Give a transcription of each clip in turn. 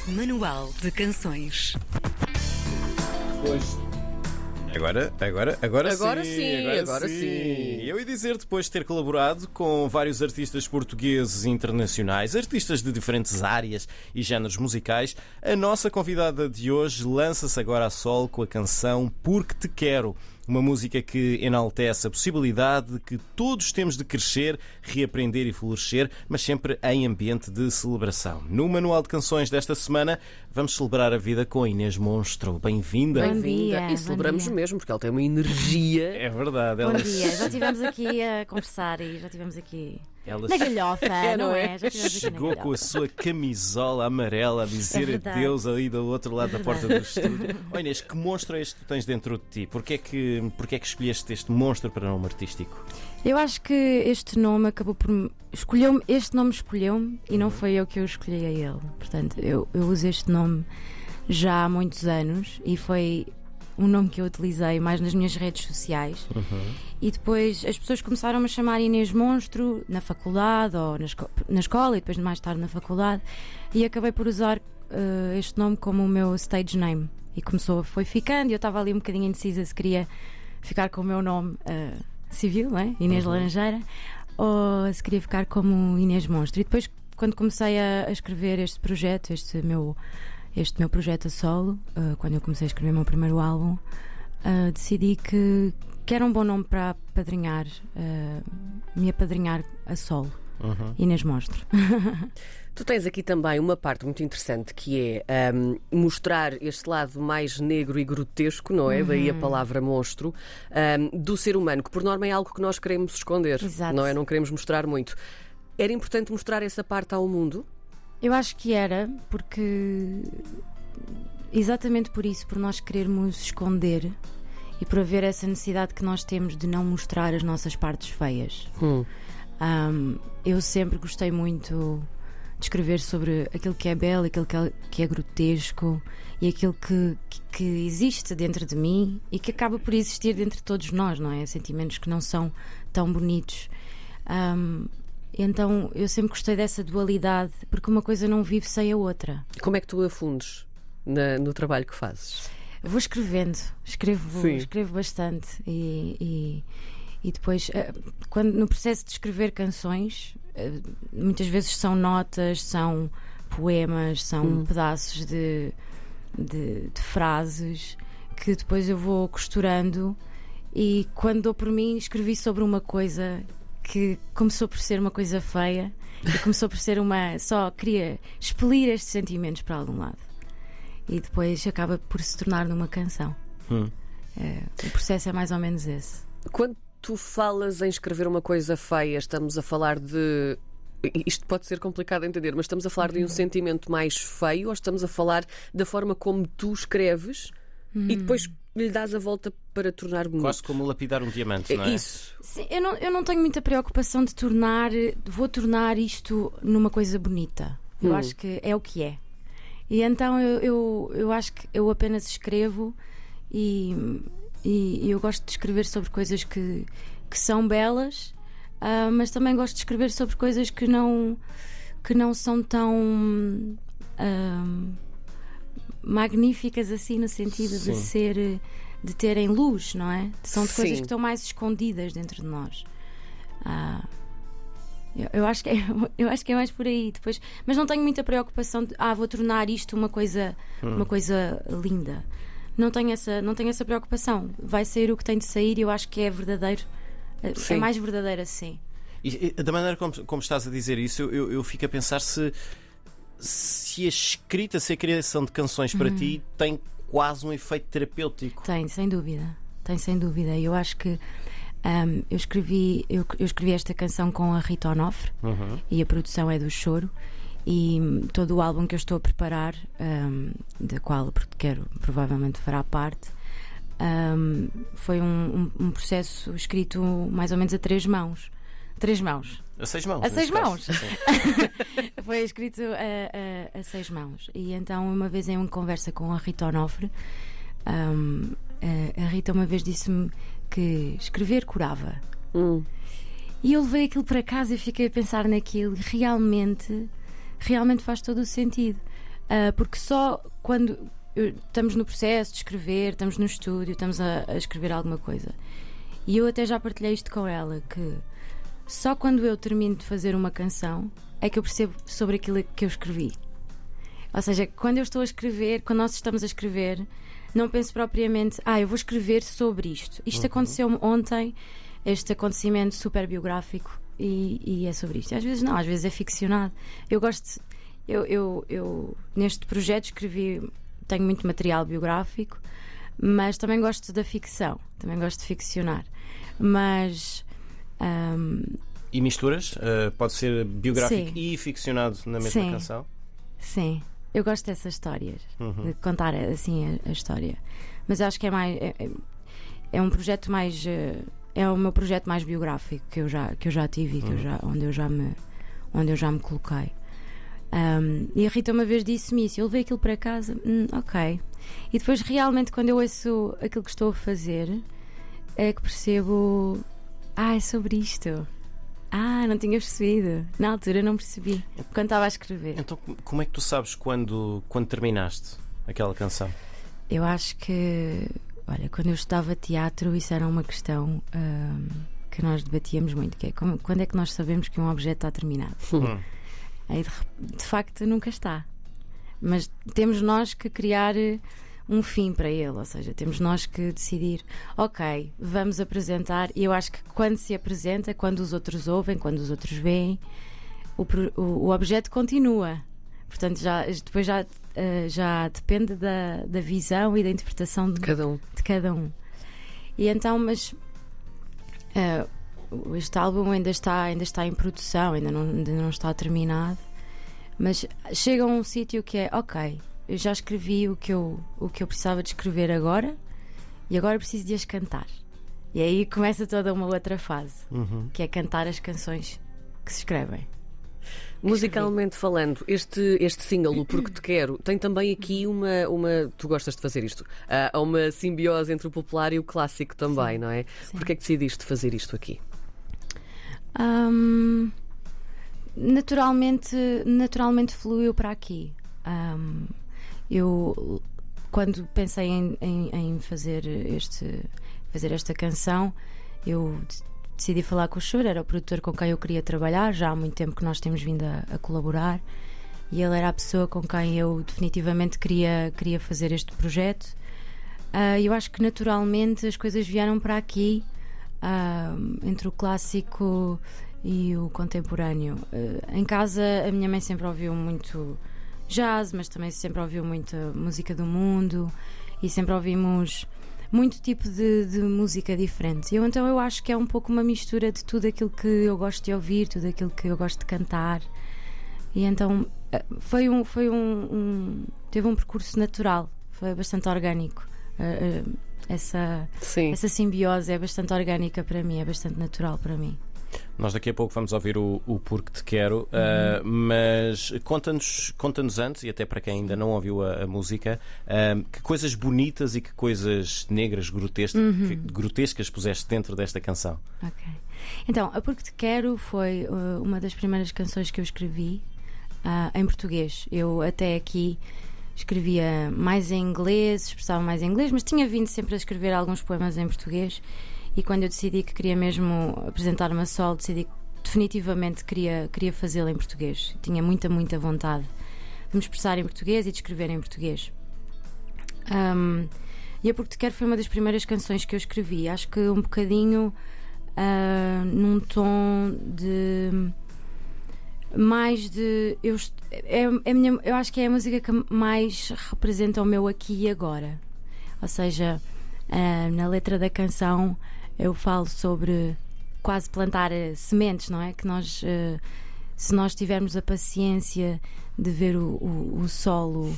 Manual de Canções. Agora sim. Eu ia dizer, depois de ter colaborado com vários artistas portugueses e internacionais, artistas de diferentes áreas e géneros musicais, a nossa convidada de hoje lança-se agora a solo com a canção Porque Te Quero. Uma música que enaltece a possibilidade de que todos temos de crescer, reaprender e florescer, mas sempre em ambiente de celebração. No Manual de Canções desta semana, vamos celebrar a vida com a Inês Monstro. Bem-vinda. Bem-vinda. E celebramos mesmo, porque ela tem uma energia. É verdade. Bom dia, já estivemos aqui a conversar e já estivemos aqui Ela na galhofa, não é? Já estivemos aqui na chegou com a galhofa. sua camisola amarela a dizer verdade. adeus ali do outro lado da porta do estúdio. Oh Inês, que monstro é este que tu tens dentro de ti? Porquê é que escolheste este monstro para nome artístico? Eu acho que este nome acabou por. Este nome escolheu-me e não foi eu que eu escolhi a ele. Portanto, eu uso este nome já há muitos anos e foi um nome que eu utilizei mais nas minhas redes sociais. E depois as pessoas começaram a me chamar Inês Monstro na faculdade ou na escola e depois mais tarde na faculdade, e acabei por usar este nome como o meu stage name. E foi ficando, e eu estava ali um bocadinho indecisa se queria ficar com o meu nome civil, não é? Inês Laranjeira, ou se queria ficar como Inês Monstro. E depois, quando comecei a escrever este projeto, este meu projeto a solo, quando eu comecei a escrever o meu primeiro álbum, decidi que era um bom nome para apadrinhar, me apadrinhar a solo. Inês Monstro. Tu tens aqui também uma parte muito interessante que é mostrar este lado mais negro e grotesco, não é? Daí a palavra monstro, do ser humano, que por norma é algo que nós queremos esconder. Exato. Não é? Não queremos mostrar muito. Era importante mostrar essa parte ao mundo? Eu acho que era, porque exatamente por isso, por nós querermos esconder e por haver essa necessidade que nós temos de não mostrar as nossas partes feias. Eu sempre gostei muito de escrever sobre aquilo que é belo, aquilo que é grotesco e aquilo que existe dentro de mim e que acaba por existir dentro de todos nós, não é? Sentimentos que não são tão bonitos. Então eu sempre gostei dessa dualidade, porque uma coisa não vive sem a outra. Como é que tu afundes no trabalho que fazes? Vou escrevendo, escrevo bastante e depois, no processo de escrever canções, muitas vezes são notas, são poemas, são pedaços de frases que depois eu vou costurando, e quando dou por mim, escrevi sobre uma coisa que começou por ser uma coisa feia e começou por ser só queria expelir estes sentimentos para algum lado, e depois acaba por se tornar numa canção. O processo é mais ou menos esse. Quando tu falas em escrever uma coisa feia, estamos a falar de... Isto pode ser complicado de entender, mas estamos a falar de um sentimento mais feio, ou estamos a falar da forma como tu escreves e depois lhe dás a volta para tornar bonito? Quase como lapidar um diamante, não é? Isso. Sim, eu não tenho muita preocupação de vou tornar isto numa coisa bonita. Eu acho que é o que é. E então eu acho que eu apenas escrevo e eu gosto de escrever sobre coisas que são belas, mas também gosto de escrever sobre coisas que não são tão magníficas assim, no sentido de terem luz, não é? São de coisas que estão mais escondidas dentro de nós. Eu acho que é mais por aí depois, mas não tenho muita preocupação de vou tornar isto uma coisa linda. Não tenho essa preocupação. Vai sair o que tem de sair e eu acho que é verdadeiro. É mais verdadeiro assim. E da maneira como estás a dizer isso, eu fico a pensar se a criação de canções para ti tem quase um efeito terapêutico. Tem, sem dúvida. E eu acho que eu escrevi esta canção com a Rita Onofre, e a produção é do Choro, e todo o álbum que eu estou a preparar, da qual quero provavelmente fará parte, foi um processo escrito mais ou menos a 3 mãos. A 6 mãos. A 6 mãos. Foi escrito a 6 mãos. E então, uma vez em uma conversa com a Rita Onofre, a Rita uma vez disse-me que escrever curava. E eu levei aquilo para casa e fiquei a pensar naquilo. Realmente faz todo o sentido. porque só quando estamos no processo de escrever, estamos no estúdio, estamos a escrever alguma coisa. E eu até já partilhei isto com ela, que só quando eu termino de fazer uma canção é que eu percebo sobre aquilo que eu escrevi. Ou seja, quando eu estou a escrever, quando nós estamos a escrever, não penso propriamente, eu vou escrever sobre isto. Isto aconteceu-me ontem, este acontecimento super biográfico, e é sobre isto. E às vezes não, às vezes é ficcionado. Eu gosto, eu neste projeto escrevi, tenho muito material biográfico, mas também gosto da ficção, também gosto de ficcionar. Mas E misturas? Pode ser biográfico Sim. e ficcionado na mesma Sim. canção? Sim, eu gosto dessas histórias, de contar assim a história. Mas eu acho que é mais. É um projeto mais. É o meu projeto mais biográfico que eu já tive e onde eu já me coloquei. E a Rita uma vez disse-me isso, eu levei aquilo para casa, ok. E depois realmente quando eu ouço aquilo que estou a fazer é que percebo, é sobre isto. Não tinha percebido. Na altura não percebi quando estava a escrever. Então como é que tu sabes quando terminaste aquela canção? Eu acho que, olha, quando eu estudava teatro, isso era uma questão que nós debatíamos muito, que é quando é que nós sabemos que um objeto está terminado? Aí de facto nunca está. Mas temos nós que criar um fim para ele, ou seja, temos nós que decidir, ok, vamos apresentar, e eu acho que quando se apresenta, quando os outros ouvem, quando os outros veem, o objeto continua. Portanto, depois já depende da visão e da interpretação de cada um. E então, mas este álbum ainda está em produção, ainda não está terminado, mas chega a um sítio que é, ok, eu já escrevi o que eu precisava de escrever agora, e agora preciso de as cantar. E aí começa toda uma outra fase, que é cantar as canções que se escrevem. Musicalmente falando, este single, o Porque Te Quero, tem também aqui uma. Tu gostas de fazer isto? Há uma simbiose entre o popular e o clássico também, não é? Sim. Porquê é que decidiste fazer isto aqui? Naturalmente fluiu para aqui. Eu, quando pensei em fazer esta canção, eu decidi falar com o Chur, era o produtor com quem eu queria trabalhar, já há muito tempo que nós temos vindo a colaborar, e ele era a pessoa com quem eu definitivamente queria fazer este projeto. Eu acho que naturalmente as coisas vieram para aqui, entre o clássico e o contemporâneo. Em casa a minha mãe sempre ouviu muito jazz, mas também sempre ouviu muita música do mundo, e sempre ouvimos muito tipo de música diferente. Então eu acho que é um pouco uma mistura de tudo aquilo que eu gosto de ouvir, tudo aquilo que eu gosto de cantar. E então teve um percurso natural, foi bastante orgânico. Essa simbiose é bastante orgânica para mim, é bastante natural para mim. Nós daqui a pouco vamos ouvir o Porque Te Quero, mas conta-nos antes, e até para quem ainda não ouviu a música, que coisas bonitas e que coisas negras, grotescas puseste dentro desta canção. Ok. Então, a Porque Te Quero foi uma das primeiras canções que eu escrevi em português. Eu até aqui escrevia mais em inglês, expressava mais em inglês, mas tinha vindo sempre a escrever alguns poemas em português. E quando eu decidi que queria mesmo apresentar-me a solo, decidi que definitivamente queria fazê-lo em português. Tinha muita vontade de me expressar em português e de escrever em português. E a Porque Te Quero foi uma das primeiras canções que eu escrevi. Acho que um bocadinho num tom de mais de eu acho que é a música que mais representa o meu aqui e agora. Ou seja, na letra da canção eu falo sobre quase plantar sementes, não é? Que nós, se nós tivermos a paciência de ver o solo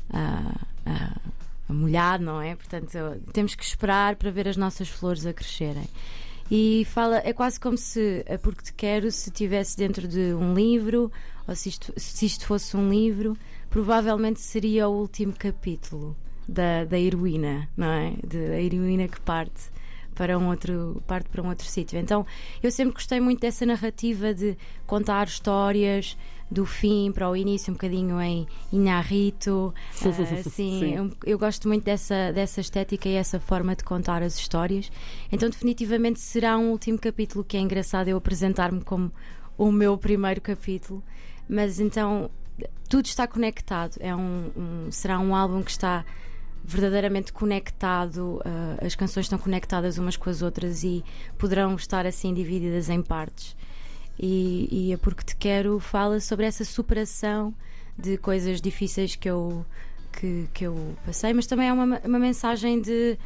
molhado, não é? Portanto, temos que esperar para ver as nossas flores a crescerem. E é quase como se a Porque Te Quero se estivesse dentro de um livro, ou se isto fosse um livro, provavelmente seria o último capítulo da heroína, não é? Da heroína que parte para um outro sítio. Então eu sempre gostei muito dessa narrativa de contar histórias do fim para o início, um bocadinho em Inharrito. Assim, eu gosto muito dessa estética e essa forma de contar as histórias. Então definitivamente será um último capítulo que é engraçado eu apresentar-me como o meu primeiro capítulo, mas então tudo está conectado. Será um álbum que está verdadeiramente conectado, as canções estão conectadas umas com as outras e poderão estar assim divididas em partes. E é Porque Te Quero fala sobre essa superação de coisas difíceis que eu passei, mas também é uma mensagem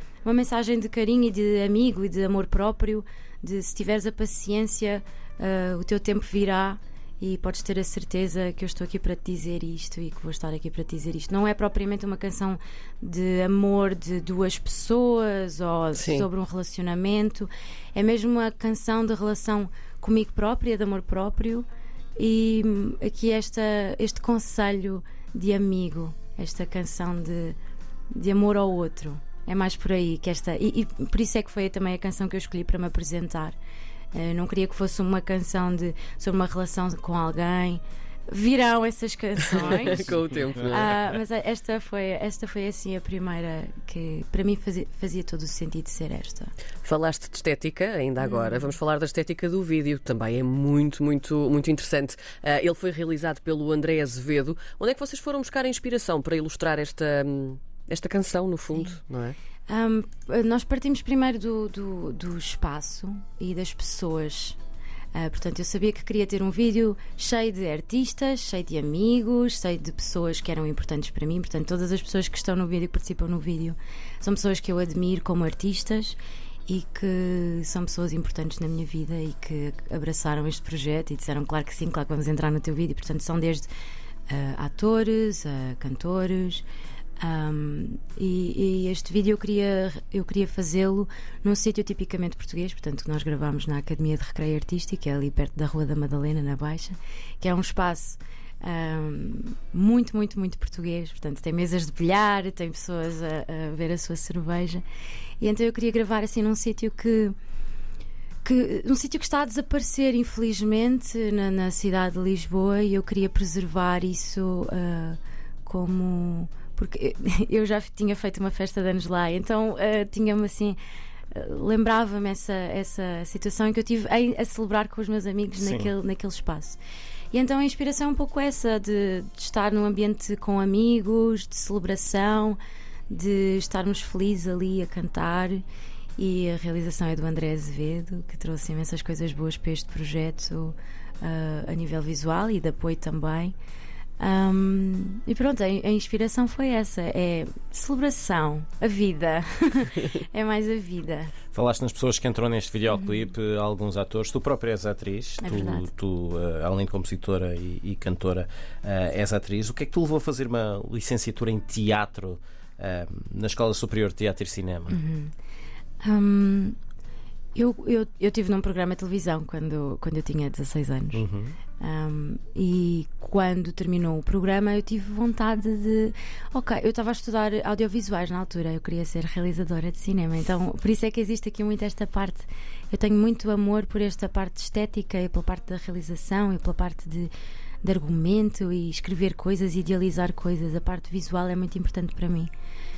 de carinho e de amigo e de amor próprio, de se tiveres a paciência, o teu tempo virá. E podes ter a certeza que eu estou aqui para te dizer isto e que vou estar aqui para te dizer isto. Não é propriamente uma canção de amor de duas pessoas ou sobre um relacionamento. É mesmo uma canção de relação comigo própria, de amor próprio. E aqui este conselho de amigo, esta canção de amor ao outro. É mais por aí que e por isso é que foi também a canção que eu escolhi para me apresentar. Não queria que fosse uma canção sobre uma relação com alguém. Virão essas canções com o tempo, não é? Mas esta foi assim a primeira que para mim fazia todo o sentido ser esta. Falaste de estética ainda agora. Vamos falar da estética do vídeo. Também é muito, muito, muito interessante. Ele foi realizado pelo André Azevedo. Onde é que vocês foram buscar a inspiração para ilustrar esta canção, no fundo? Sim. Não é? Nós partimos primeiro do espaço e das pessoas. Portanto, eu sabia que queria ter um vídeo cheio de artistas, cheio de amigos, cheio de pessoas que eram importantes para mim. Portanto, todas as pessoas que estão no vídeo, que participam no vídeo, são pessoas que eu admiro como artistas e que são pessoas importantes na minha vida e que abraçaram este projeto e disseram claro que sim, claro que vamos entrar no teu vídeo. Portanto, são desde atores, cantores. E este vídeo eu queria fazê-lo num sítio tipicamente português. Portanto, nós gravámos na Academia de Recreio Artístico, que é ali perto da Rua da Madalena, na Baixa, que é um espaço muito, muito, muito português. Portanto, tem mesas de bilhar, tem pessoas a ver a sua cerveja. E então eu queria gravar assim num sítio um sítio que está a desaparecer, infelizmente, na cidade de Lisboa, e eu queria preservar isso porque eu já tinha feito uma festa de anos lá, então tinha-me assim, lembrava-me essa situação em que eu tive a celebrar com os meus amigos naquele espaço. E então a inspiração é um pouco essa, de estar num ambiente com amigos, de celebração, de estarmos felizes ali a cantar. E a realização é do André Azevedo, que trouxe imensas coisas boas para este projeto, a nível visual e de apoio também. E pronto, a inspiração foi essa, é celebração, a vida. É mais a vida. Falaste nas pessoas que entram neste videoclipe, alguns atores. Tu própria és atriz, tu além de compositora e cantora, és atriz. O que é que te levou a fazer uma licenciatura em teatro na Escola Superior de Teatro e Cinema? Eu tive num programa de televisão quando eu tinha 16 anos. E quando terminou o programa eu tive vontade de... eu estava a estudar audiovisuais na altura, eu queria ser realizadora de cinema. Então por isso é que existe aqui muito esta parte. Eu tenho muito amor por esta parte estética e pela parte da realização e pela parte de argumento e escrever coisas, idealizar coisas. A parte visual é muito importante para mim.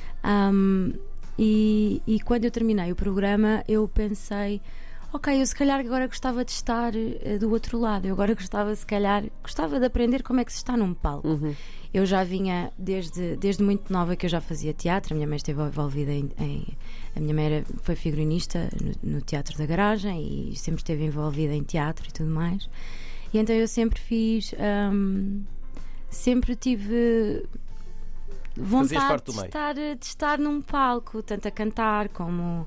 E quando eu terminei o programa eu pensei, eu se calhar agora gostava de estar do outro lado. Eu agora gostava de aprender como é que se está num palco. Eu já vinha desde muito nova que eu já fazia teatro. A minha mãe esteve envolvida a minha mãe foi figurinista no Teatro da Garagem e sempre esteve envolvida em teatro e tudo mais. E então eu sempre sempre tive vontade de estar num palco, tanto a cantar como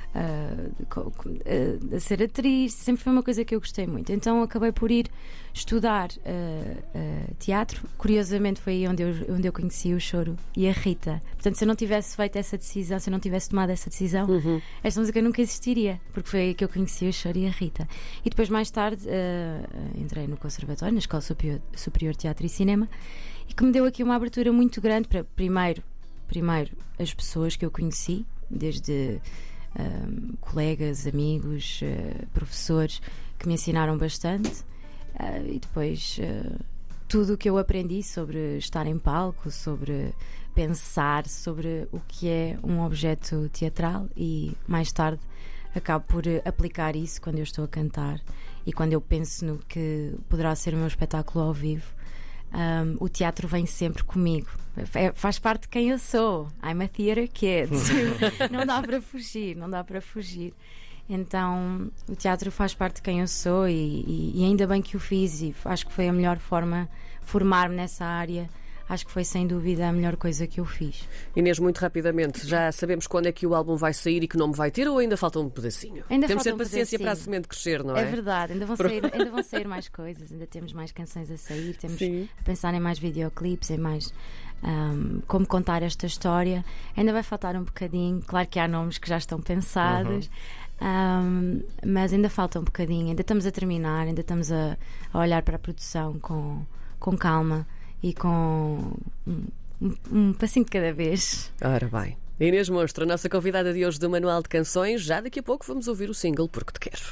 a ser atriz. Sempre foi uma coisa que eu gostei muito. Então acabei por ir estudar teatro. Curiosamente foi aí onde eu conheci o Choro e a Rita. Portanto, se eu não tivesse feito essa decisão, se eu não tivesse tomado essa decisão, esta música nunca existiria, porque foi aí que eu conheci o Choro e a Rita. E depois, mais tarde, entrei no Conservatório, na Escola Superior de Teatro e Cinema, e que me deu aqui uma abertura muito grande para primeiro as pessoas que eu conheci, desde colegas, amigos, professores que me ensinaram bastante. E depois tudo o que eu aprendi sobre estar em palco, sobre pensar sobre o que é um objeto teatral, e mais tarde acabo por aplicar isso quando eu estou a cantar e quando eu penso no que poderá ser o meu espetáculo ao vivo. O teatro vem sempre comigo, faz parte de quem eu sou. I'm a theater kid. Não dá para fugir, não dá para fugir. Então o teatro faz parte de quem eu sou, e ainda bem que o fiz, e acho que foi a melhor forma formar-me nessa área. Acho que foi sem dúvida a melhor coisa que eu fiz. Inês, muito rapidamente, já sabemos quando é que o álbum vai sair e que nome vai ter, ou ainda falta um pedacinho? Ainda temos de ter falta um paciência pedacinho. para a semente crescer, não é? É verdade, ainda vão sair mais coisas, ainda temos mais canções a sair, temos Sim. a pensar em mais videoclipes, em mais como contar esta história. Ainda vai faltar um bocadinho, claro que há nomes que já estão pensados. Mas ainda falta um bocadinho, ainda estamos a terminar, ainda estamos a olhar para a produção com calma e com um passinho de cada vez. Ora bem. Inês Monstro, a nossa convidada de hoje do Manual de Canções. Já daqui a pouco vamos ouvir o single Porque Te Quero.